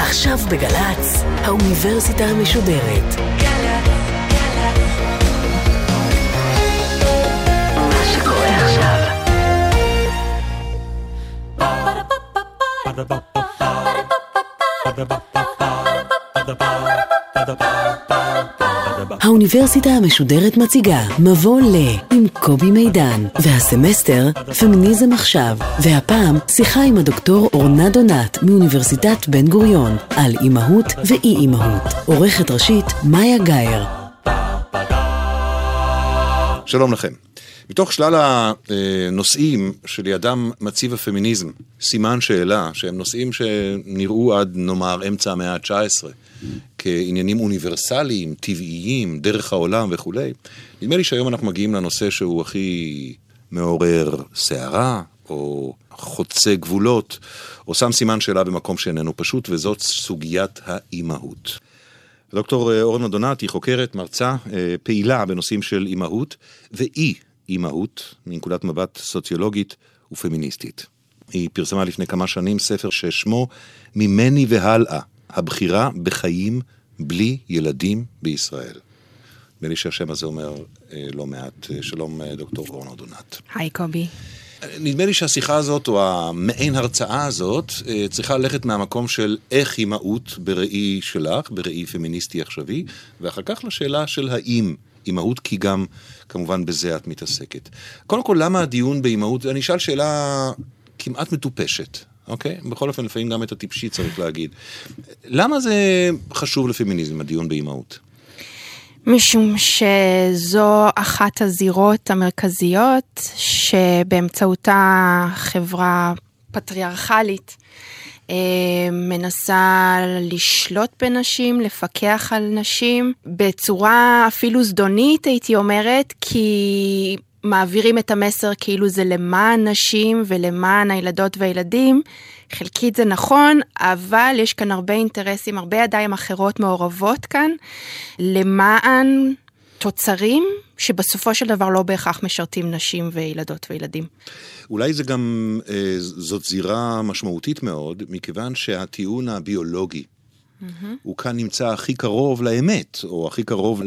עכשיו בגלץ, האוניברסיטה המשודרת. מה שקורה עכשיו. האוניברסיטה המשודרת מציגה מבוא ל עם קובי מידן, והסמסטר פמיניזם עכשיו, והפעם שיחה עם הדוקטור אורנה דונת מאוניברסיטת בן גוריון על אימהות ואי אימהות. עורכת ראשית מאיה גייר. שלום לכם. מתוך שלל הנושאים שלידם מציב הפמיניזם, סימן שאלה, שהם נושאים שנראו עד נאמר אמצע המאה ה-19 כעניינים אוניברסליים, טבעיים, דרך העולם וכו'. נדמה לי שהיום אנחנו מגיעים לנושא שהוא הכי מעורר שערה, או חוצה גבולות, או שם סימן שאלה במקום שאיננו פשוט, וזאת סוגיית האימהות. דוקטור אורנה דונת היא חוקרת, מרצה, פעילה בנושאים של אימהות ואי אימהות, מנקודת מבט סוציולוגית ופמיניסטית. היא פרסמה לפני כמה שנים ספר ששמו ממני והלאה, הבחירה בחיים בלי ילדים בישראל. נדמה לי שהשם הזה אומר לא מעט. שלום דוקטור אורנה דונת. היי קובי. נדמה לי שהשיחה הזאת, או המעין הרצאה הזאת, צריכה ללכת מהמקום של איך אימהות בראי שלך, בראי פמיניסטי עכשווי, ואחר כך לשאלה של האם אימהות, כי גם כמובן בזה את מתעסקת. קודם כל, למה הדיון באימהות? אני אשאל שאלה כמעט מטופשת, אוקיי? בכל אופן, לפעמים גם את הטיפשי צריך להגיד. למה זה חשוב לפמיניזם, הדיון באימהות? משום שזו אחת הזירות המרכזיות שבאמצעותה חברה פטריארכלית מנסה לשלוט בנשים, לפקח על נשים, בצורה אפילו זדונית הייתי אומרת, כי מעבירים את המסר כאילו זה למען נשים ולמען הילדות והילדים. חלקית זה נכון, אבל יש כאן הרבה אינטרסים, הרבה ידיים אחרות מעורבות כאן, למען תוצרים שבסופו של דבר לא בהכרח משרתים נשים וילדות וילדים. אולי זה גם, זאת זירה משמעותית מאוד, מכיוון שהטיעון הביולוגי, הוא כאן נמצא הכי קרוב לאמת, או הכי קרוב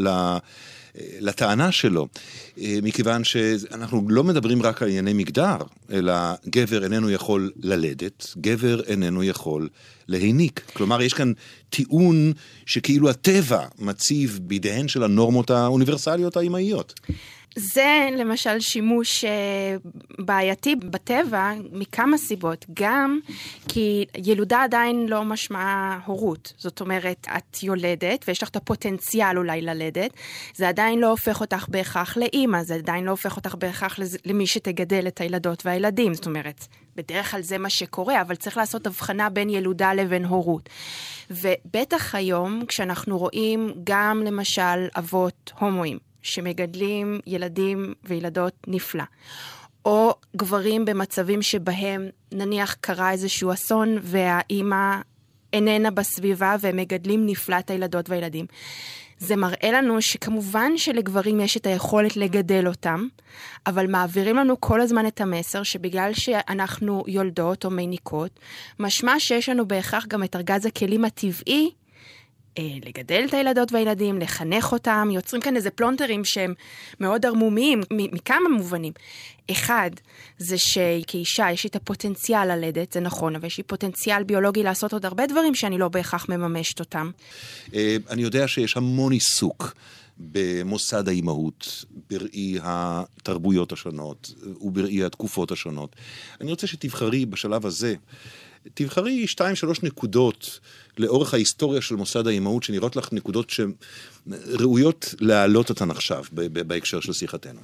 לטענה שלו, מכיוון שאנחנו לא מדברים רק על ענייני מגדר, אלא גבר איננו יכול ללדת, גבר איננו יכול להיניק. כלומר, יש כאן טיעון שכאילו הטבע מציב בידיהן של הנורמות האוניברסליות האימהיות. זה למשל שימוש בעייתי בטבע מכמה סיבות, גם כי ילודה עדיין לא משמעה הורות, זאת אומרת את יולדת ויש לך את הפוטנציאל אולי ללדת, זה עדיין לא הופך אותך בהכרח לאמא, זה עדיין לא הופך אותך בהכרח למי שתגדל את הילדות והילדים, זאת אומרת בדרך כלל זה מה שקורה, אבל צריך לעשות הבחנה בין ילודה לבין הורות. ובטח היום כשאנחנו רואים גם למשל אבות הומואים, שמגדלים ילדים וילדות נפלא, או גברים במצבים שבהם נניח קרה איזשהו אסון והאימא איננה בסביבה והם מגדלים נפלא את הילדות והילדים. זה מראה לנו שכמובן שלגברים יש את היכולת לגדל אותם, אבל מעבירים לנו כל הזמן את המסר שבגלל שאנחנו יולדות או מיניקות, משמע שיש לנו בהכרח גם את ארגז הכלים הטבעי לגדל את הילדות והילדים, לחנך אותם, יוצרים כאן איזה פלונטרים שהם מאוד ערמומיים, מכמה מובנים. אחד, זה שכאישה יש לי את הפוטנציאל ללדת, זה נכון, אבל יש לי פוטנציאל ביולוגי לעשות עוד הרבה דברים שאני לא בהכרח מממשת אותם. אני יודע שיש המון עיסוק במוסד האימהות, בראי התרבויות השונות, ובראי התקופות השונות. אני רוצה שתבחרי בשלב הזה, תבחרי 2-3 נקודות לאורך ההיסטוריה של מוסד האימהות, שנראות לך נקודות שראויות להעלות אותן עכשיו, בהקשר של שיחתנו.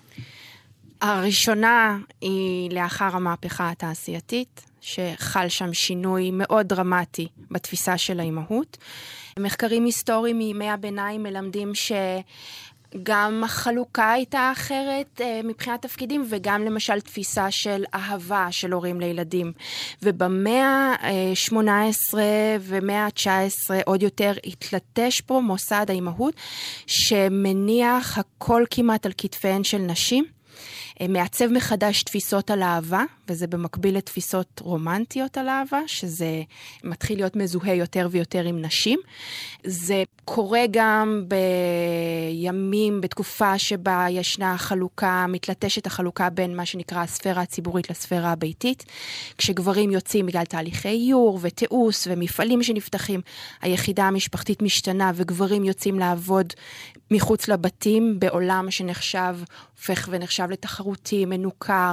הראשונה היא לאחר המהפכה התעשייתית, שחל שם שינוי מאוד דרמטי בתפיסה של האימהות. מחקרים היסטוריים מימי הביניים מלמדים גם החלוקה הייתה אחרת מבחינת תפקידים, וגם למשל תפיסה של אהבה של הורים לילדים. ובמאה ה-18 ומאה ה-19 עוד יותר התלטש פה מוסד האימהות, שמניח הכל כמעט על כתפיהן של נשים, מעצב מחדש תפיסות על אהבה, וזה במקביל לתפיסות רומנטיות על אהבה, שזה מתחיל להיות מזוהה יותר ויותר עם נשים. זה קורה גם בימים, בתקופה שבה ישנה חלוקה, מתלטשת החלוקה בין מה שנקרא הספירה הציבורית לספירה הביתית. כשגברים יוצאים בגלל תהליכי איור ותיעוש ומפעלים שנפתחים, היחידה המשפחתית משתנה וגברים יוצאים לעבוד מחוץ לבתים בעולם שנחשב, הופך ונחשב לתחרותי, מנוכר,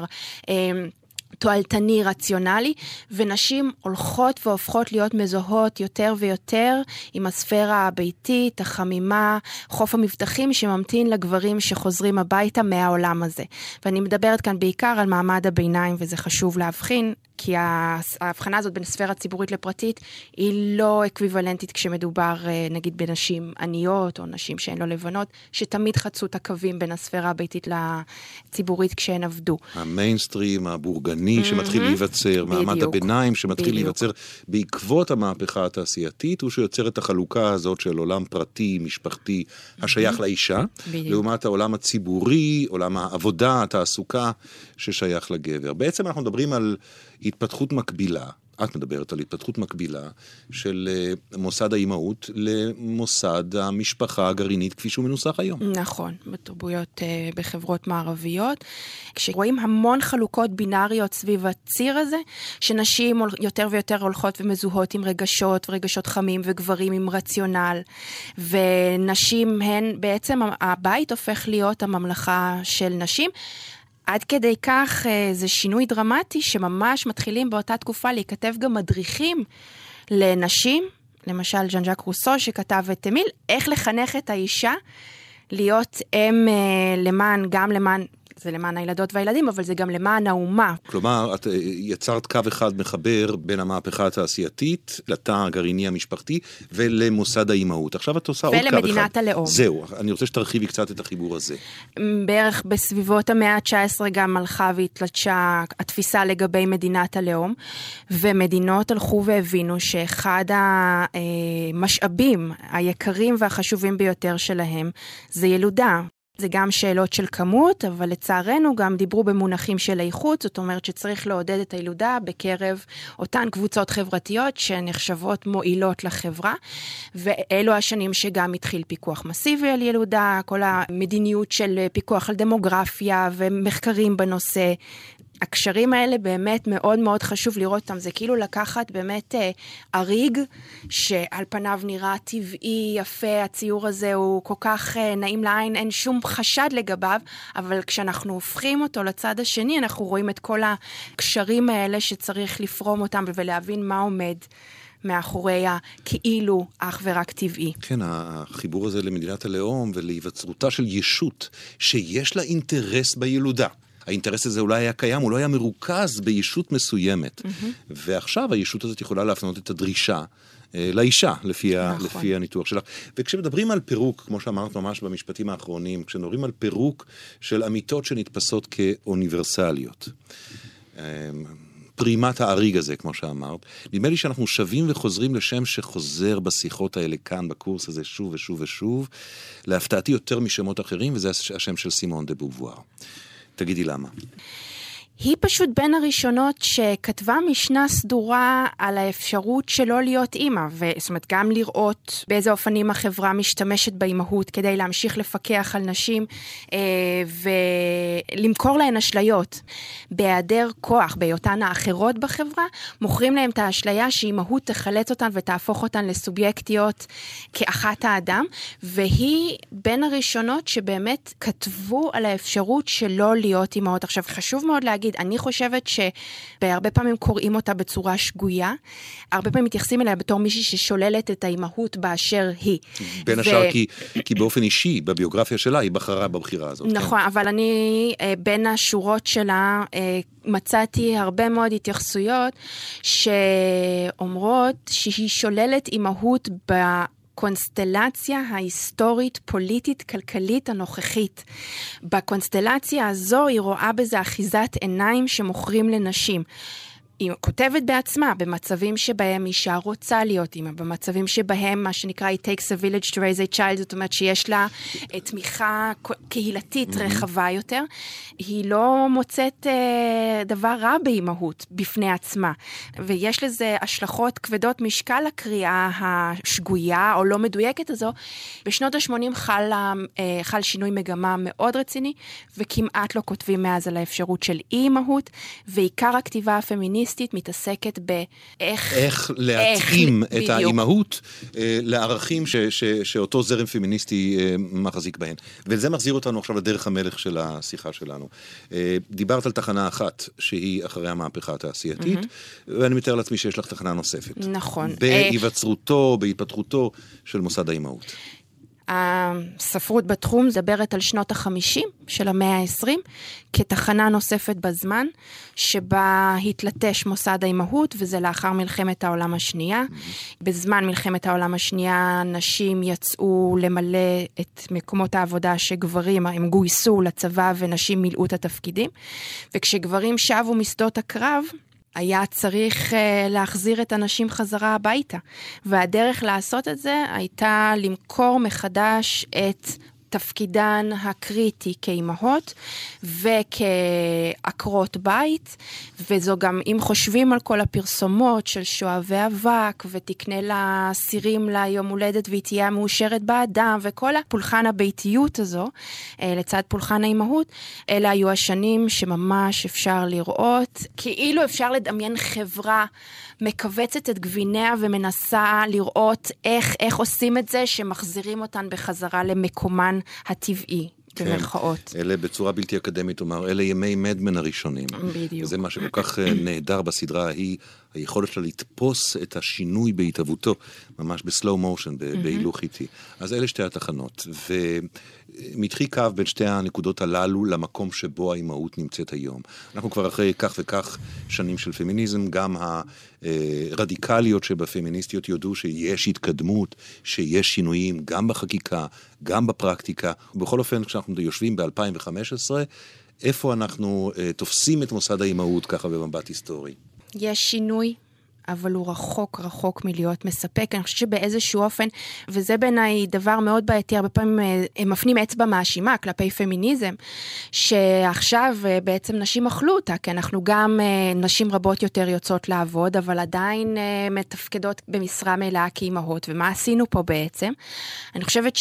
תועלתני, רציונלי, ונשים הולכות והופכות להיות מזוהות יותר ויותר עם הספירה הביתית, החמימה, חוף המבטחים שממתין לגברים שחוזרים הביתה מהעולם הזה. ואני מדברת כאן בעיקר על מעמד הביניים, וזה חשוב להבחין, כי ההבחנה הזאת בין ספירה ציבורית לפרטית היא לא אקוויוולנטית כשמדובר נגיד בנשים עניות או נשים שהן לא לבנות, שתמיד חצו את הקווים בין הספירה הביתית לציבורית כשהן עבדו. המיינסטרים, הבורגני שמתחיל להיווצר, מעמד הביניים שמתחיל להיווצר בעקבות המהפכה התעשייתית, הוא שיוצר את החלוקה הזאת של עולם פרטי, משפחתי, השייך לאישה, לעומת העולם הציבורי, עולם העבודה, התעסוקה, ששייך לגבר. בעצם אנחנו מדברים על התפתחות מקבילה, את מדברת על התפתחות מקבילה של מוסד האימהות למוסד המשפחה הגרעינית כפי שהוא מנוסח היום. נכון, בתרבויות, בחברות מערביות. כשרואים המון חלוקות בינאריות סביב הציר הזה, שנשים יותר ויותר הולכות ומזוהות עם רגשות, רגשות חמים וגברים עם רציונל, ונשים הן בעצם, הבית הופך להיות הממלכה של נשים, עד כדי כך זה שינוי דרמטי שממש מתחילים באותה תקופה להיכתב גם מדריכים לנשים, למשל ז'אן ז'אק רוסו שכתב את אמיל, איך לחנך את האישה להיות אם למען, גם למען, זה למען הילדות והילדים, אבל זה גם למען האומה. כלומר, את יצרת קו אחד מחבר בין המהפכה התעשייתית, לתא הגרעיני המשפחתי, ולמוסד האימהות. עכשיו את עושה עוד קו אחד. ולמדינת הלאום. זהו, אני רוצה שתרחיבי קצת את החיבור הזה. בערך בסביבות המאה ה-19 גם הלכה והתלדשה התפיסה לגבי מדינת הלאום, ומדינות הלכו והבינו שאחד המשאבים היקרים והחשובים ביותר שלהם זה ילודה. זה גם שאלות של כמות, אבל לצערנו גם דיברו במונחים של איכות, זאת אומרת שצריך לעודד את הילודה בקרב אותן קבוצות חברתיות שנחשבות מועילות לחברה, ואלו השנים שגם התחיל פיקוח מסיבי על ילודה, כל המדיניות של פיקוח על דמוגרפיה ומחקרים בנושא. הקשרים האלה באמת מאוד מאוד חשוב לראות אותם, זה כאילו לקחת באמת אריג שעל פניו נראה טבעי, יפה, הציור הזה הוא כל כך נעים לעין, אין שום חשד לגביו, אבל כשאנחנו הופכים אותו לצד השני, אנחנו רואים את כל הקשרים האלה שצריך לפרום אותם ולהבין מה עומד מאחורי הכאילו אך ורק טבעי. כן, החיבור הזה למדינת הלאום ולהיווצרותה של ישות שיש לה אינטרס בילודה. האינטרס הזה אולי היה קיים, הוא לא היה מרוכז בישות מסוימת. ועכשיו הישות הזאת יכולה להפנות את הדרישה לאישה, לפי הניתוח שלך. וכשמדברים על פירוק, כמו שאמרת ממש במשפטים האחרונים, כשמדברים על פירוק של אמיתות שנתפסות כאוניברסליות, פרימת האריג הזה, כמו שאמרת, נדמה לי שאנחנו שווים וחוזרים לשם שחוזר בשיחות האלה כאן, בקורס הזה, שוב ושוב ושוב, להפתעתי יותר משמות אחרים, וזה השם של סימון דה בובואר. תגידי למה. היא פשוט בין הראשונות שכתבה משנה סדורה על האפשרות שלא להיות אימא, זאת אומרת גם לראות באיזה אופנים החברה משתמשת באימהות כדי להמשיך לפקח על נשים ולמכור להן אשליות. בהיעדר כוח, בהיותן האחרות בחברה, מוכרים להן את האשליה שאימהות תחלץ אותן ותהפוך אותן לסובייקטיות כאחת האדם, והיא בין הראשונות שבאמת כתבו על האפשרות שלא להיות אימהות. עכשיו חשוב מאוד להגיד, אני חושבת שבהרבה פעמים קוראים אותה בצורה שגויה, הרבה פעמים מתייחסים אליה בתור מישהי ששוללת את האימהות באשר היא. בין השאר כי באופן אישי, בביוגרפיה שלה, היא בחרה בבחירה הזאת. נכון, כן. אבל אני בין השורות שלה מצאתי הרבה מאוד התייחסויות שאומרות שהיא שוללת אימהות קונסטלציה ההיסטורית, פוליטית, כלכלית הנוכחית. בקונסטלציה הזו היא רואה בזה אחיזת עיניים שמוכרים לנשים. היא כותבת בעצמה, במצבים שבהם אישה רוצה להיות אימא, במצבים שבהם מה שנקרא it takes a village to raise a child, זאת אומרת שיש לה תמיכה קהילתית רחבה יותר, היא לא מוצאת דבר רע באימהות בפני עצמה, ויש לזה השלכות כבדות משקל לקריאה השגויה או לא מדויקת הזו. בשנות ה-80 חל שינוי מגמה מאוד רציני, וכמעט לא כותבים מאז על האפשרות של אימהות, ועיקר הכתיבה הפמיניסטית מתעסקת איך להתאים את האימהות לערכים שאותו זרם פמיניסטי מחזיק בהן. וזה מחזיר אותנו עכשיו לדרך המלך של השיחה שלנו. דיברת על תחנה אחת שהיא אחרי המהפכה התעשייתית, ואני מתאר לעצמי שיש לך תחנה נוספת. נכון. בהיווצרותו, בהתפתחותו של מוסד האימהות. הספרות בתחום מדברת על שנות ה-50 של המאה ה-20 כתחנה נוספת בזמן שבה התלטש מוסד האימהות, וזה לאחר מלחמת העולם השנייה. בזמן מלחמת העולם השנייה נשים יצאו למלא את מקומות העבודה שגברים הם גויסו לצבא ונשים מילאו את התפקידים, וכשגברים שבו משדות הקרב היה צריך להחזיר את הנשים חזרה הביתה. והדרך לעשות את זה הייתה למכור מחדש את תפקידן הקריטי כאימהות וכעקרות בית, וזו גם, אם חושבים על כל הפרסומות של שואבי אבק, ותקנה לה סירים ליום הולדת והיא תהיה מאושרת באדם, וכל הפולחן הביתיות הזו, לצד פולחן האימהות, אלה היו השנים שממש אפשר לראות, כאילו אפשר לדמיין חברה מקבצת את גביניה ומנסה לראות איך עושים את זה, שמחזירים אותן בחזרה למקומן הטבעי, במרכאות. אלה בצורה בלתי אקדמית, אומר, אלה ימי מדמן הראשונים. בדיוק. וזה מה שכל כך נהדר בסדרה ההיא, היכולת שלה לתפוס את השינוי בהתהוותו, ממש בסלואו מושן, בהילוך איטי. אז אלה שתי התחנות, ומתחי קו בין שתי הנקודות הללו למקום שבו האימהות נמצאת היום. אנחנו כבר אחרי כך וכך שנים של פמיניזם, גם הרדיקליות שבפמיניסטיות יודעו שיש התקדמות, שיש שינויים גם בחקיקה, גם בפרקטיקה, ובכל אופן כשאנחנו יושבים ב-2015, איפה אנחנו תופסים את מוסד האימהות ככה במבט היסטורי? יש שינוי, אבל הוא רחוק מלהיות מספק. אני חושבת שבאיזשהו אופן, וזה בעיניי דבר מאוד בעייתי, הרבה פעמים הם מפנים אצבע מאשימה כלפי פמיניזם, שעכשיו בעצם נשים אכלו אותה, כי אנחנו גם נשים רבות יותר יוצאות לעבוד, אבל עדיין מתפקדות במשרה מלאה כאימהות, ומה עשינו פה בעצם? אני חושבת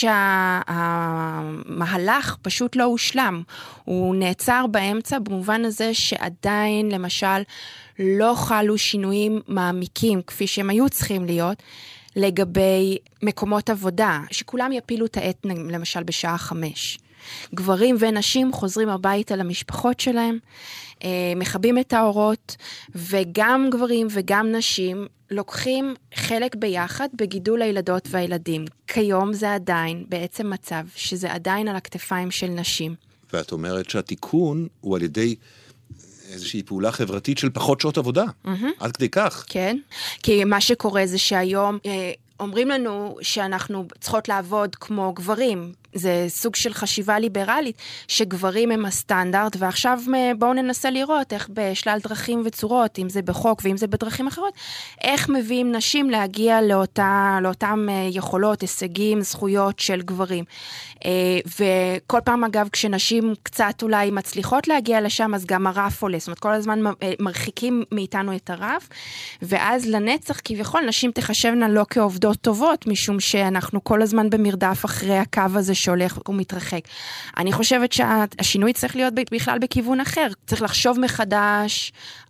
שהמהלך פשוט לא הושלם, הוא נעצר באמצע, במובן הזה שעדיין למשל לא חלו שינויים מעמיקים כפי שהם היו צריכים להיות לגבי מקומות עבודה, שכולם יפילו את העט למשל בשעה 5. גברים ונשים חוזרים הביתה למשפחות שלהם, מכבים את האורות, וגם גברים וגם נשים לוקחים חלק ביחד בגידול הילדות והילדים. כיום זה עדיין בעצם מצב שזה עדיין על הכתפיים של נשים. ואת אומרת שהתיקון הוא על ידי איזושהי פעולה חברתית של פחות שעות עבודה. עד כדי כך. כן, כי מה שקורה זה שהיום אומרים לנו שאנחנו צריכות לעבוד כמו גברים. זה סוג של חשיבה ליברלית, שגברים הם הסטנדרט, ועכשיו בואו ננסה לראות איך בשלל דרכים וצורות, אם זה בחוק ואם זה בדרכים אחרות, איך מביאים נשים להגיע לאותם יכולות, הישגים, זכויות של גברים. וכל פעם אגב, כשנשים קצת אולי מצליחות להגיע לשם, אז גם הרף עולה, זאת אומרת כל הזמן מרחיקים מאיתנו את הרף, ואז לנצח כביכול נשים תחשבנה לא כעובדות טובות, משום שאנחנו כל הזמן במרדף אחרי הקו הזה שהולך ומתרחק. אני חושבת שהשינוי צריך להיות בכלל בכיוון אחר. צריך לחשוב מחדש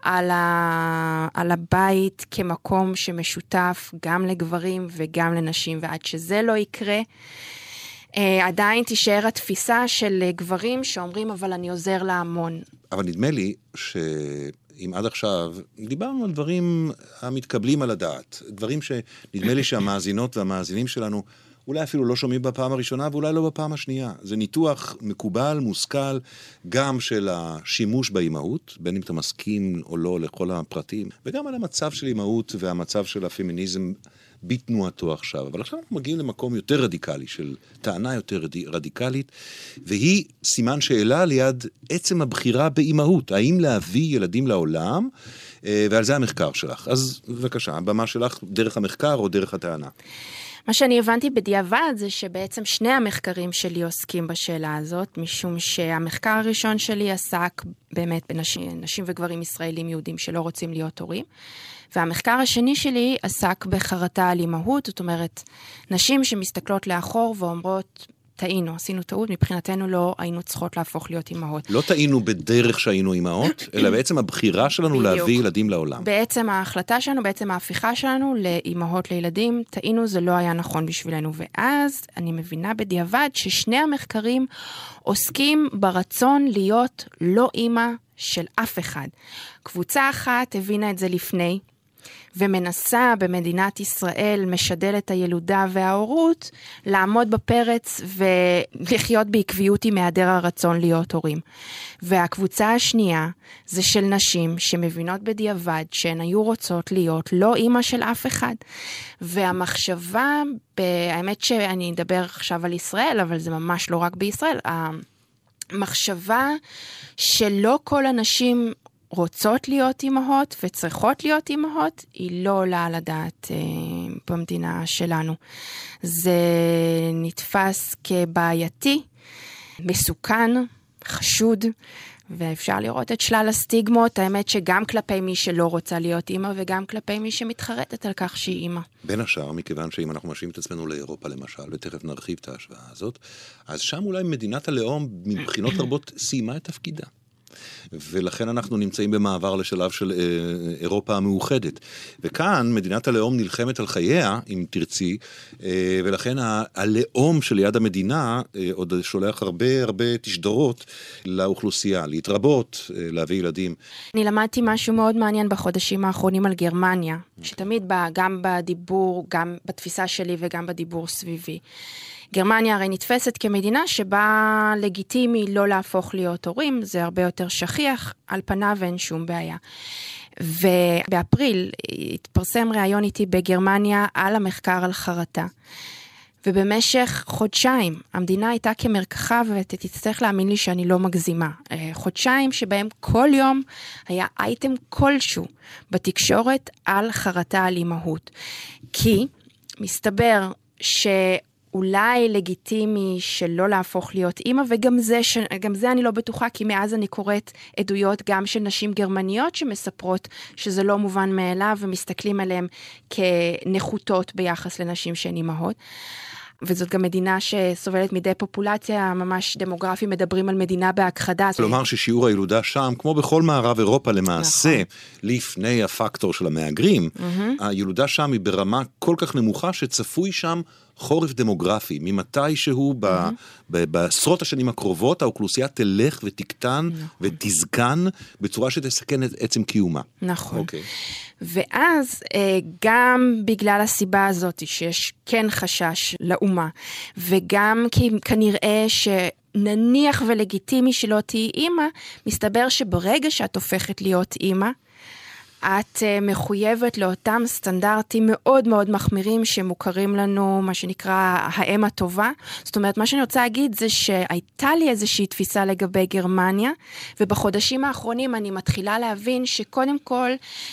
על הבית כמקום שמשותף גם לגברים וגם לנשים, ועד שזה לא יקרה, עדיין תישאר התפיסה של גברים שאומרים, אבל אני עוזר להמון. אבל נדמה לי אם עד עכשיו דיברנו על דברים המתקבלים על הדעת, דברים שנדמה לי שהמאזינות והמאזינים שלנו אולי אפילו לא שומעים בפעם הראשונה ואולי לא בפעם השנייה. זה ניתוח מקובל, מושכל, גם של השימוש באימהות, בין אם אתה מסכים או לא לכל הפרטים, וגם על המצב של אימהות והמצב של הפמיניזם בתנועתו עכשיו. אבל עכשיו אנחנו מגיעים למקום יותר רדיקלי, של טענה יותר רדיקלית, והיא סימן שאלה ליד עצם הבחירה באימהות. האם להביא ילדים לעולם ועל זה המחקר שלך. אז בבקשה, הבמה שלך דרך המחקר או דרך הטענה? מה שאני הבנתי בדיעבד זה שבעצם שני המחקרים שלי עוסקים בשאלה הזאת, משום שהמחקר הראשון שלי עסק באמת בנשים וגברים ישראלים יהודים שלא רוצים להיות הורים, והמחקר השני שלי עסק בחרטה על אימהות, זאת אומרת, נשים שמסתכלות לאחור ואומרות, טעינו, עשינו טעות, מבחינתנו לא היינו צריכות להפוך להיות אימהות. לא טעינו בדרך שהיינו אימהות, אלא בעצם הבחירה שלנו להביא ילדים לעולם. בעצם ההחלטה שלנו, בעצם ההפיכה שלנו לאימהות לילדים, טעינו, זה לא היה נכון בשבילנו. ואז אני מבינה בדיעבד ששני המחקרים עוסקים ברצון להיות לא אימא של אף אחד. קבוצה אחת הבינה את זה לפני, ומנסה במדינת ישראל משדל את הילודה וההורות, לעמוד בפרץ ולחיות בעקביות עם היעדר הרצון להיות הורים. והקבוצה השנייה זה של נשים שמבינות בדיעבד שהן היו רוצות להיות לא אימא של אף אחד. והמחשבה, האמת שאני אדבר עכשיו על ישראל, אבל זה ממש לא רק בישראל, המחשבה שלא כל הנשים רוצות להיות אימהות וצריכות להיות אימהות, היא לא עולה על הדעת במדינה שלנו. זה נתפס כבעייתי, מסוכן, חשוד, ואפשר לראות את שלל הסטיגמות, האמת שגם כלפי מי שלא רוצה להיות אימא, וגם כלפי מי שמתחרטת על כך שהיא אימא. בין השאר, מכיוון שאם אנחנו משווים את עצמנו לאירופה למשל, ותכף נרחיב את ההשוואה הזאת, אז שם אולי מדינת הלאום מבחינות רבות סיימה את תפקידה. ולכן אנחנו נמצאים במעבר לשלב של אירופה המאוחדת. וכאן מדינת הלאום נלחמת על חייה, אם תרצי, ולכן הלאום של יד המדינה עוד שולח הרבה תשדורות לאוכלוסייה, להתרבות, להביא ילדים. אני למדתי משהו מאוד מעניין בחודשים האחרונים על גרמניה, שתמיד בא גם בדיבור, גם בתפיסה שלי וגם בדיבור סביבי. גרמניה הרי נתפסת כמדינה שבה לגיטימי לא להפוך להיות הורים, זה הרבה יותר שכיח, על פניו אין שום בעיה. ובאפריל התפרסם ראיון איתי בגרמניה על המחקר על חרטה. ובמשך חודשיים המדינה הייתה כמרקחה, ותצטרך להאמין לי שאני לא מגזימה. חודשיים שבהם כל יום היה אייטם כלשהו בתקשורת על חרטה על אימהות. כי מסתבר אולי לגיטימי שלא להפוך להיות אימא, וגם זה אני לא בטוחה, כי מאז אני קוראת עדויות גם של נשים גרמניות שמספרות שזה לא מובן מאליו, ומסתכלים עליהם כנחותות ביחס לנשים שהן אימהות. וזאת גם מדינה שסובלת מדי פופולציה, ממש דמוגרפים מדברים על מדינה בהכחדה. כלומר ששיעור הילודה שם, כמו בכל מערב אירופה למעשה, לפני הפקטור של המהגרים, הילודה שם היא ברמה כל כך נמוכה שצפוי שם חורף דמוגרפי, ממתי שהוא בעשרות השנים הקרובות, האוכלוסייה תלך ותקטן ותזקן בצורה שתסכן את עצם קיומה. נכון. ואז גם בגלל הסיבה הזאת שיש כן חשש לאומה, וגם כי כנראה שנניח ולגיטימי שלא תהי אימא, מסתבר שברגע שאת הופכת להיות אימא, את מחויבת לאותם סטנדרטים מאוד מאוד מחמירים שמוכרים לנו, מה שנקרא האם הטובה. זאת אומרת, מה שאני רוצה להגיד זה שהייתה לי איזושהי תפיסה לגבי גרמניה, ובחודשים האחרונים אני מתחילה להבין שקודם כל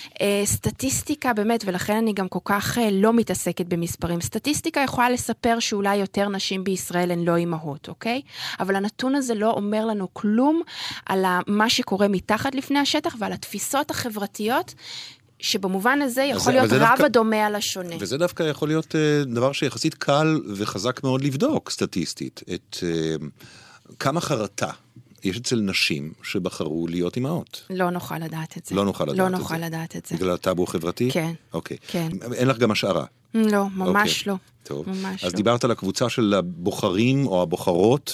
סטטיסטיקה באמת, ולכן אני גם כל כך לא מתעסקת במספרים. סטטיסטיקה יכולה לספר שאולי יותר נשים בישראל הן לא אימהות, אוקיי? אבל הנתון הזה לא אומר לנו כלום על מה שקורה מתחת לפני השטח ועל התפיסות החברתיות, שבמובן הזה יכול להיות רב הדומה על השונה. וזה דווקא יכול להיות דבר שיחסית קל וחזק מאוד לבדוק סטטיסטית, את כמה חרטה יש אצל נשים שבחרו להיות אימהות. לא נוכל לדעת את זה. לא נוכל לדעת את זה. לא נוכל לדעת את זה. בגלל הטאבו חברתי? כן. אוקיי. כן. אין לך גם השערה? לא, ממש לא. טוב. ממש אז לא. דיברת על הקבוצה של הבוחרים או הבוחרות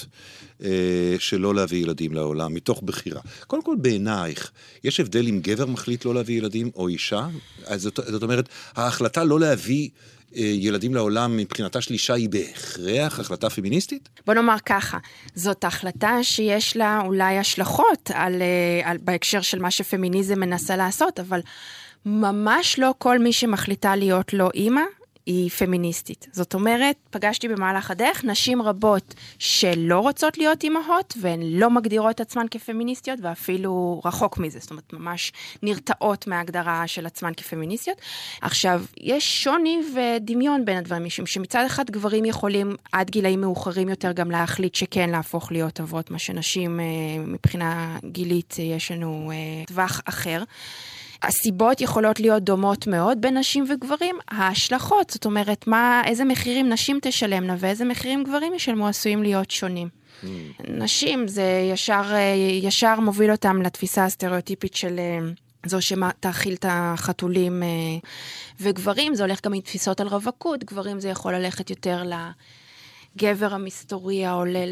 שלא להביא ילדים לעולם, מתוך בחירה. קודם כל בעינייך, יש הבדל אם גבר מחליט לא להביא ילדים או אישה? זאת אומרת, ההחלטה לא להביא ילדים לעולם מבחינתה של אישה היא בהכרח החלטה פמיניסטית? בוא נאמר ככה, זאת החלטה שיש לה אולי השלכות בהקשר של מה שפמיניזם מנסה לעשות, אבל ממש לא כל מי שמחליטה להיות לא אימא, היא פמיניסטית. זאת אומרת, פגשתי במהלך הדרך נשים רבות שלא רוצות להיות אימהות, והן לא מגדירות עצמן כפמיניסטיות, ואפילו רחוק מזה, זאת אומרת, ממש נרתעות מההגדרה של עצמן כפמיניסטיות. עכשיו, יש שוני ודמיון בין הדברים, משום שמצד אחד גברים יכולים עד גילאים מאוחרים יותר גם להחליט שכן להפוך להיות אבות, מה שנשים מבחינה גילית יש לנו טווח אחר. הסיבות יכולות להיות דומות מאוד בין נשים וגברים, ההשלכות, זאת אומרת, איזה מחירים נשים תשלמנה ואיזה מחירים גברים ישלמו עשויים להיות שונים. נשים זה ישר מוביל אותם לתפיסה הסטריאוטיפית של זו שתאכיל את החתולים, וגברים זה הולך גם עם תפיסות על רווקות, גברים זה יכול ללכת יותר גבר המסתורי העולל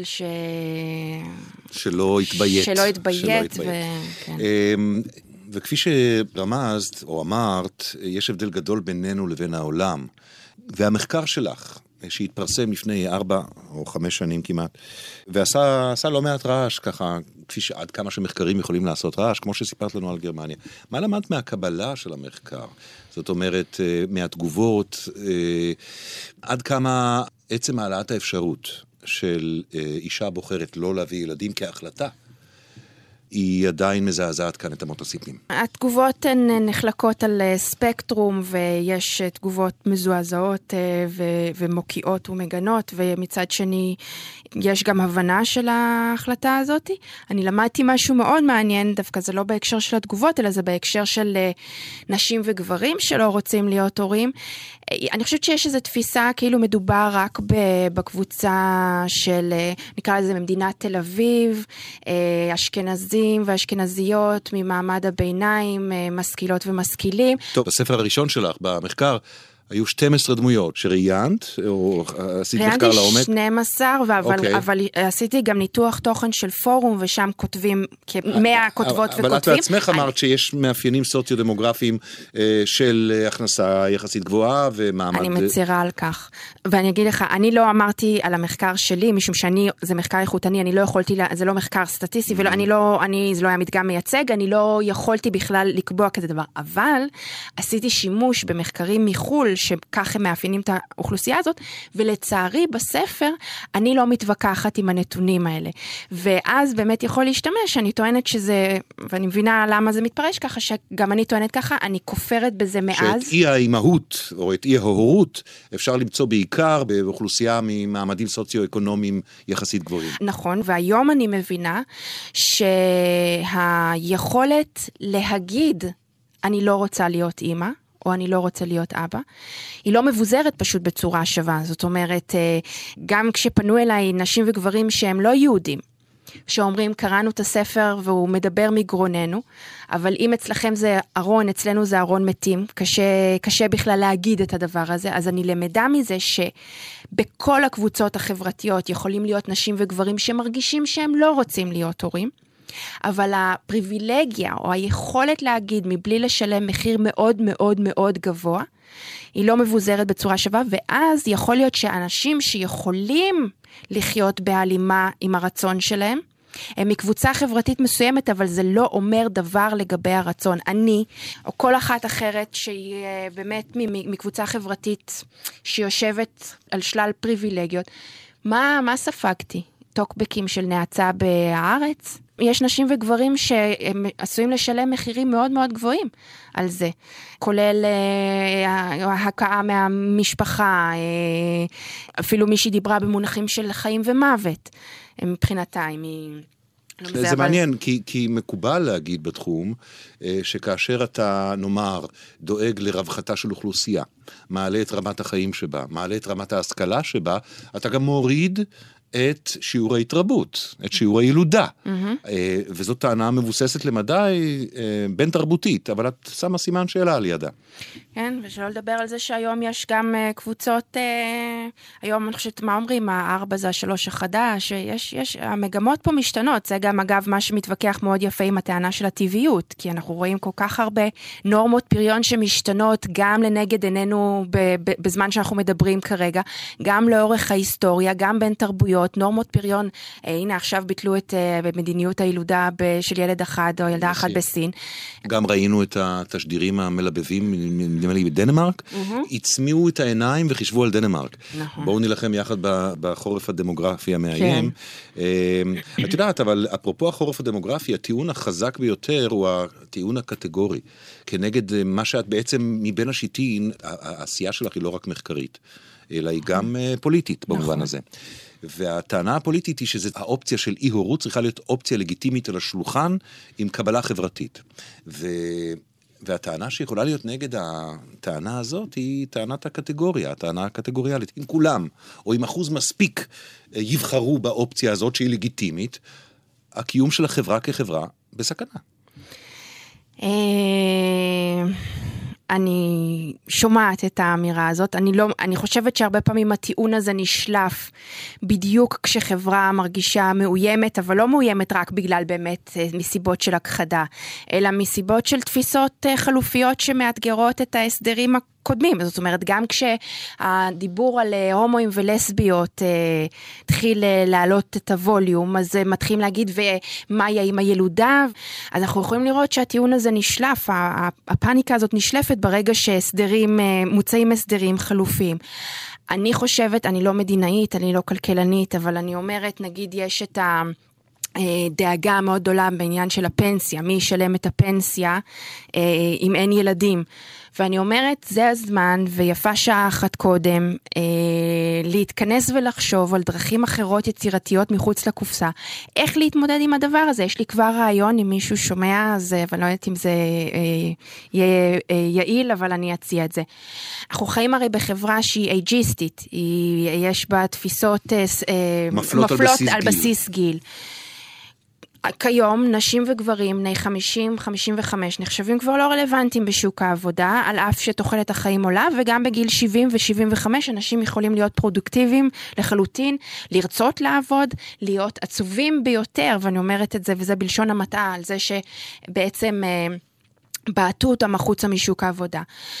שלא התביית. כן. וכפי שרמזת או אמרת, יש הבדל גדול בינינו לבין העולם. והמחקר שלך, שהתפרסם לפני 4 או 5 שנים כמעט, ועשה לא מעט רעש, ככה, עד כמה שמחקרים יכולים לעשות רעש, כמו שסיפרת לנו על גרמניה. מה למדת מהקבלה של המחקר? זאת אומרת, מהתגובות, עד כמה עצם העלאת האפשרות של אישה בוחרת לא להביא ילדים כהחלטה, היא עדיין מזעזעת כאן את אמות הסיפים. התגובות הן נחלקות על ספקטרום, ויש תגובות מזועזעות ומוקיעות ומגנות, ומצד שני יש גם הבנה של ההחלטה הזאת. אני למדתי משהו מאוד מעניין, דווקא זה לא בהקשר של התגובות, אלא זה בהקשר של נשים וגברים שלא רוצים להיות הורים. אני חושבת שיש איזו תפיסה כאילו מדובר רק בקבוצה של, נקרא לזה ממדינת תל אביב, אשכנזים ואשכנזיות ממעמד הביניים, משכילות ומשכילים. טוב, בספר הראשון שלך, במחקר, היו 12 דמויות שראיינת, או עשית מחקר לעומק? ראיינתי 12, אבל עשיתי גם ניתוח תוכן של פורום, ושם כותבים, 100 כותבות וכותבים. אבל את בעצמך אמרת שיש מאפיינים סוציו-דמוגרפיים של הכנסה יחסית גבוהה ומעמד... אני מצירה על כך. ואני אגיד לך, אני לא אמרתי על המחקר שלי, משום זה מחקר איכותני, אני לא יכולתי, זה לא מחקר סטטיסטי, זה לא היה מדגם מייצג, אני לא יכולתי בכלל לקבוע כזה דבר. אבל עשיתי שימוש במחקרים מחול, שכך הם מאפיינים את האוכלוסייה הזאת, ולצערי בספר אני לא מתווכחת עם הנתונים האלה. ואז באמת יכול להשתמש, אני טוענת שזה, ואני מבינה למה זה מתפרש ככה, שגם אני טוענת ככה, אני כופרת בזה מאז. שאת אי האימהות, או את אי ההורות, אפשר למצוא בעיקר באוכלוסייה ממעמדים סוציו-אקונומיים יחסית גבוהים. נכון, והיום אני מבינה שהיכולת להגיד, אני לא רוצה להיות אימא, או אני לא רוצה להיות אבא, היא לא מבוזרת פשוט בצורה שווה. זאת אומרת, גם כשפנו אליי נשים וגברים שהם לא יהודים, שאומרים, קראנו את הספר והוא מדבר מגרוננו, אבל אם אצלכם זה ארון, אצלנו זה ארון מתים, קשה בכלל להגיד את הדבר הזה, אז אני למדה מזה שבכל הקבוצות החברתיות יכולים להיות נשים וגברים שמרגישים שהם לא רוצים להיות הורים, אבל הפריבילגיה או היכולת להגיד מבלי לשלם מחיר מאוד מאוד מאוד גבוה, היא לא מבוזרת בצורה שווה, ואז יכול להיות שאנשים שיכולים לחיות בהלימה עם הרצון שלהם, הם מקבוצה חברתית מסוימת, אבל זה לא אומר דבר לגבי הרצון. אני, או כל אחת אחרת שהיא באמת מקבוצה חברתית שיושבת על שלל פריבילגיות, מה ספגתי? טוקבקים של נאצה בהארץ? יש נשים וגברים שהם עשויים לשלם מחירים מאוד מאוד גבוהים על זה, כולל ההקעה מהמשפחה, אפילו מישהי דיברה במונחים של חיים ומוות, מבחינתה. זה מעניין, כי מקובל להגיד בתחום, שכאשר אתה, נאמר, דואג לרווחתה של אוכלוסייה, מעלה את רמת החיים שבה, מעלה את רמת ההשכלה שבה, אתה גם מוריד את שיעור ההתרבות, את שיעור הילודה. וזו טענה מבוססת למדי בין תרבותית, אבל את שמה סימן שאלה על ידה. כן, ושלא לדבר על זה שהיום יש גם קבוצות, היום אני חושבת מה אומרים, 4 זה 3 החדש, המגמות פה משתנות, זה גם אגב מה שמתווכח מאוד יפה עם הטענה של הטבעיות, כי אנחנו רואים כל כך הרבה נורמות פריון שמשתנות גם לנגד עינינו בזמן שאנחנו מדברים כרגע, גם לאורך ההיסטוריה, גם בין תרבויות, התנהגויות, נורמות פריון, הנה עכשיו ביטלו את מדיניות הילודה של ילד אחד או ילדה אחת בסין. גם ראינו את התשדירים המלבבים, נדמה לי בדנמרק, הצמיעו את העיניים וחישבו על דנמרק. בואו נלחם יחד בחורף הדמוגרפי המאיים. את יודעת, אבל אפרופו החורף הדמוגרפי, הטיעון החזק ביותר הוא הטיעון הקטגורי, כנגד מה שאת בעצם מבין השיטין, העשייה שלך היא לא רק מחקרית, אלא היא גם פוליטית במובן הזה. והטענה הפוליטית היא שהאופציה של אי-הורות צריכה להיות אופציה לגיטימית על השולחן עם קבלה חברתית. והטענה שיכולה להיות נגד הטענה הזאת היא טענת הקטגוריה, הטענה הקטגוריאלית. אם כולם, או אם אחוז מספיק יבחרו באופציה הזאת שהיא לגיטימית, הקיום של החברה כחברה בסכנה. אני שומעת את האמירה הזאת, אני חושבת שהרבה פעמים הטיעון הזה נשלף בדיוק כשחברה מרגישה מאוימת, אבל לא מאוימת רק בגלל באמת מסיבות של הכחדה, אלא מסיבות של תפיסות חלופיות שמאתגרות את ההסדרים הקודמים. זאת אומרת, גם כשהדיבור על הומואים ולסביות התחיל להעלות את הווליום, אז מתחילים להגיד ומה יהיה עם הילודה, אז אנחנו יכולים לראות שהטיעון הזה נשלף, הפאניקה הזאת נשלפת ברגע שהסדרים, מוצאים הסדרים חלופיים. אני חושבת, אני לא מדינאית, אני לא כלכלנית, אבל אני אומרת, נגיד יש את דאגה מאוד גדולה בעניין של הפנסיה, מי ישלם את הפנסיה אם אין ילדים. ואני אומרת, זה הזמן, ויפה שעה אחת קודם, להתכנס ולחשוב על דרכים אחרות יצירתיות מחוץ לקופסה. איך להתמודד עם הדבר הזה? יש לי כבר רעיון, אם מישהו שומע, ואני לא יודעת אם זה יהיה יעיל, אבל אני אציע את זה. אנחנו חיים הרי בחברה שהיא אייג'יסטית, יש בה תפיסות מפלות על בסיס גיל. כיום נשים וגברים בני 50-55 נחשבים כבר לא רלוונטיים בשוק העבודה, על אף שתוחלת החיים עולה, וגם בגיל 70 ו-75 אנשים יכולים להיות פרודוקטיביים לחלוטין, לרצות לעבוד, להיות עצובים ביותר, ואני אומרת את זה, וזה בלשון המעטה, על זה שבעצם בעטו אותם החוצה משוק העבודה.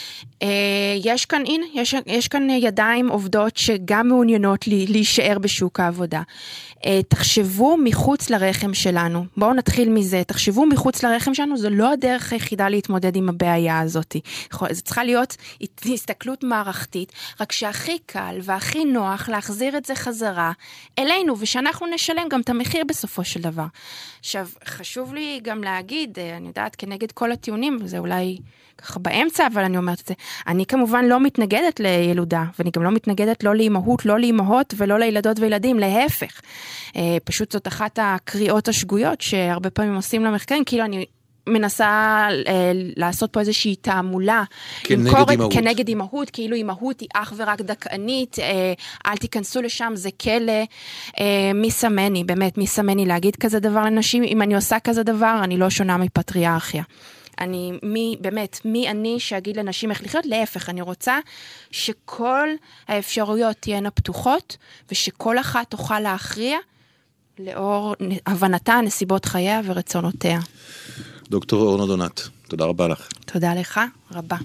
יש כאן ידיים עובדות שגם מעוניינות להישאר בשוק העבודה. תחשבו מחוץ לרחם שלנו. בואו נתחיל מזה. תחשבו מחוץ לרחם שלנו, זו לא הדרך היחידה להתמודד עם הבעיה הזאת. זה צריכה להיות הסתכלות מערכתית, רק שהכי קל והכי נוח להחזיר את זה חזרה אלינו, ושאנחנו נשלם גם את המחיר בסופו של דבר. עכשיו, חשוב לי גם להגיד, אני יודעת, כנגד כל הטיעונים, זה אולי ככה באמצע, אבל אני אומרת את זה, אני כמובן לא מתנגדת לילודה, ואני גם לא מתנגדת לא לאימהות, לא לאימהות ולא לילדות וילדים, להפך. פשוט זאת אחת הקריאות השגויות שהרבה פעמים עושים למחקרים, כאילו אני מנסה לעשות פה איזושהי תעמולה, כנגד אימהות, כאילו אימהות היא אך ורק דכאנית, אל תיכנסו לשם, זה כלא, מי סמני, באמת, מי סמני להגיד כזה דבר לנשים, אם אני עושה כזה דבר, אני לא שונה מפטריארכיה. מי אני שאגיד לנשים איך לחיות? להפך, אני רוצה שכל האפשרויות תהיינה פתוחות, ושכל אחת תוכל להכריע לאור הבנתה, נסיבות חייה ורצונותיה. דוקטור אורנה דונת, תודה רבה לך. תודה לך, רבה.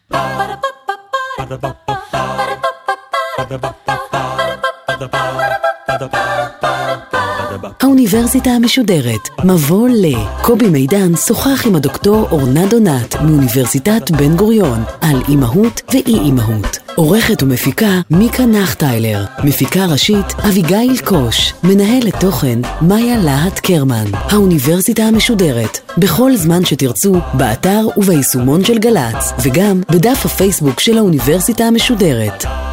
האוניברסיטה המשודרת, מבוא ל. קובי מידן שוחח עם הדוקטור אורנה דונת מאוניברסיטת בן גוריון על אימהות ואי אימהות. עורכת ומפיקה מיקה נחטיילר, מפיקה ראשית אביגיל קוש, מנהלת תוכן מאיה להט קרמן. האוניברסיטה המשודרת, בכל זמן שתרצו, באתר וביישומון של גלץ, וגם בדף הפייסבוק של האוניברסיטה המשודרת.